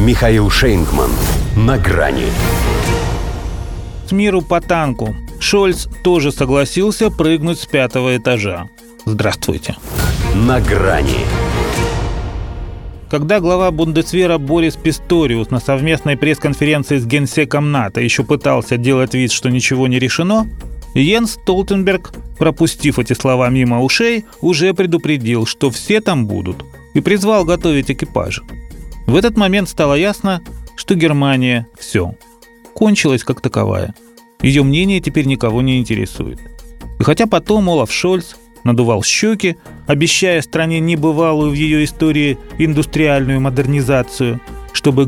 Михаил Шейнгман. На грани. С миру по танку. Шольц тоже согласился прыгнуть с 5-го этажа. Здравствуйте. На грани. Когда глава Бундесвера Борис Писториус на совместной пресс-конференции с генсеком НАТО еще пытался делать вид, что ничего не решено, Йенс Столтенберг, пропустив эти слова мимо ушей, уже предупредил, что все там будут, и призвал готовить экипажи. В этот момент стало ясно, что Германия – все. Кончилась как таковая. Ее мнение теперь никого не интересует. И хотя потом Олаф Шольц надувал щеки, обещая стране небывалую в ее истории индустриальную модернизацию, чтобы к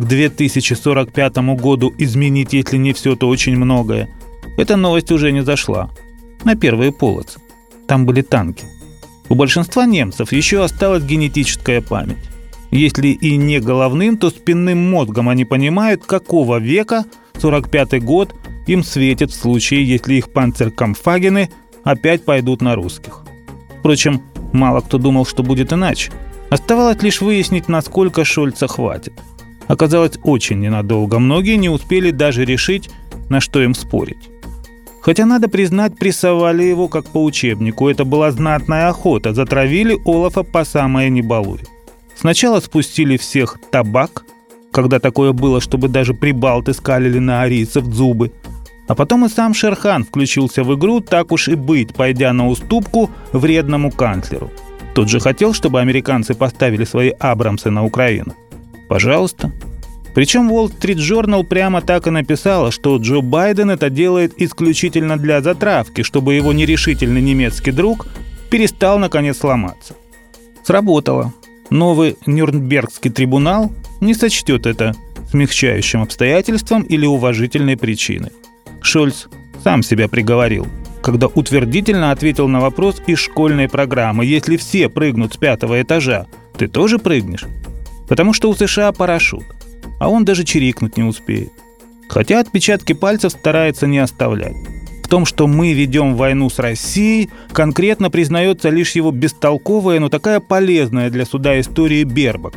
2045 году изменить, если не все, то очень многое, эта новость уже не зашла. На первые полосы. Там были танки. У большинства немцев еще осталась генетическая память. Если и не головным, то спинным мозгом они понимают, какого века 45-й год им светит в случае, если их панцеркампфагены опять пойдут на русских. Впрочем, мало кто думал, что будет иначе. Оставалось лишь выяснить, насколько Шольца хватит. Оказалось, очень ненадолго. Многие не успели даже решить, на что им спорить. Хотя, надо признать, прессовали его как по учебнику. Это была знатная охота. Затравили Олафа по самое не балуй. Сначала спустили всех табак, когда такое было, чтобы даже прибалты скалили на арийцев зубы. А потом и сам Шерхан включился в игру, так уж и быть, пойдя на уступку вредному канцлеру. Тот же хотел, чтобы американцы поставили свои «Абрамсы» на Украину. Пожалуйста. Причем Wall Street Journal прямо так и написала, что Джо Байден это делает исключительно для затравки, чтобы его нерешительный немецкий друг перестал наконец ломаться. Сработало. Новый Нюрнбергский трибунал не сочтет это смягчающим обстоятельством или уважительной причиной. Шольц сам себя приговорил, когда утвердительно ответил на вопрос из школьной программы: если все прыгнут с 5-го этажа, ты тоже прыгнешь? Потому что у США парашют, а он даже чирикнуть не успеет. Хотя отпечатки пальцев старается не оставлять. В том, что мы ведем войну с Россией, конкретно признается лишь его бестолковая, но такая полезная для суда история Бербак.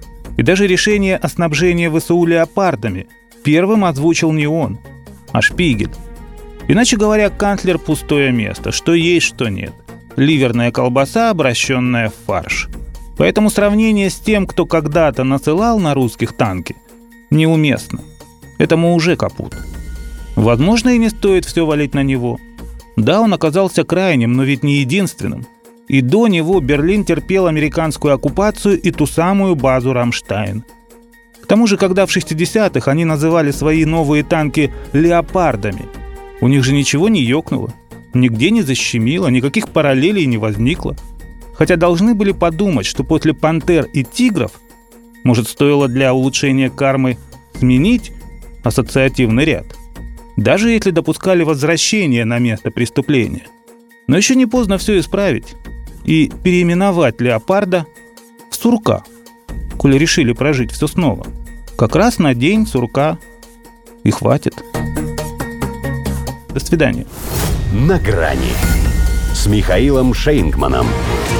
И даже решение о снабжении ВСУ леопардами первым озвучил не он, а Шпигель. Иначе говоря, канцлер – пустое место, что есть, что нет. Ливерная колбаса, обращенная в фарш. Поэтому сравнение с тем, кто когда-то насылал на русских танки, неуместно. Этому уже капут. Возможно, и не стоит все валить на него. Да, он оказался крайним, но ведь не единственным. И до него Берлин терпел американскую оккупацию и ту самую базу «Рамштайн». К тому же, когда в 60-х они называли свои новые танки «леопардами», у них же ничего не ёкнуло, нигде не защемило, никаких параллелей не возникло. Хотя должны были подумать, что после «Пантер» и «Тигров» может, стоило для улучшения кармы сменить ассоциативный ряд. Даже если допускали возвращение на место преступления. Но еще не поздно все исправить и переименовать «Леопарда» в «Сурка», коли решили прожить все снова. Как раз на день сурка и хватит. До свидания. На грани с Михаилом Шейнгманом.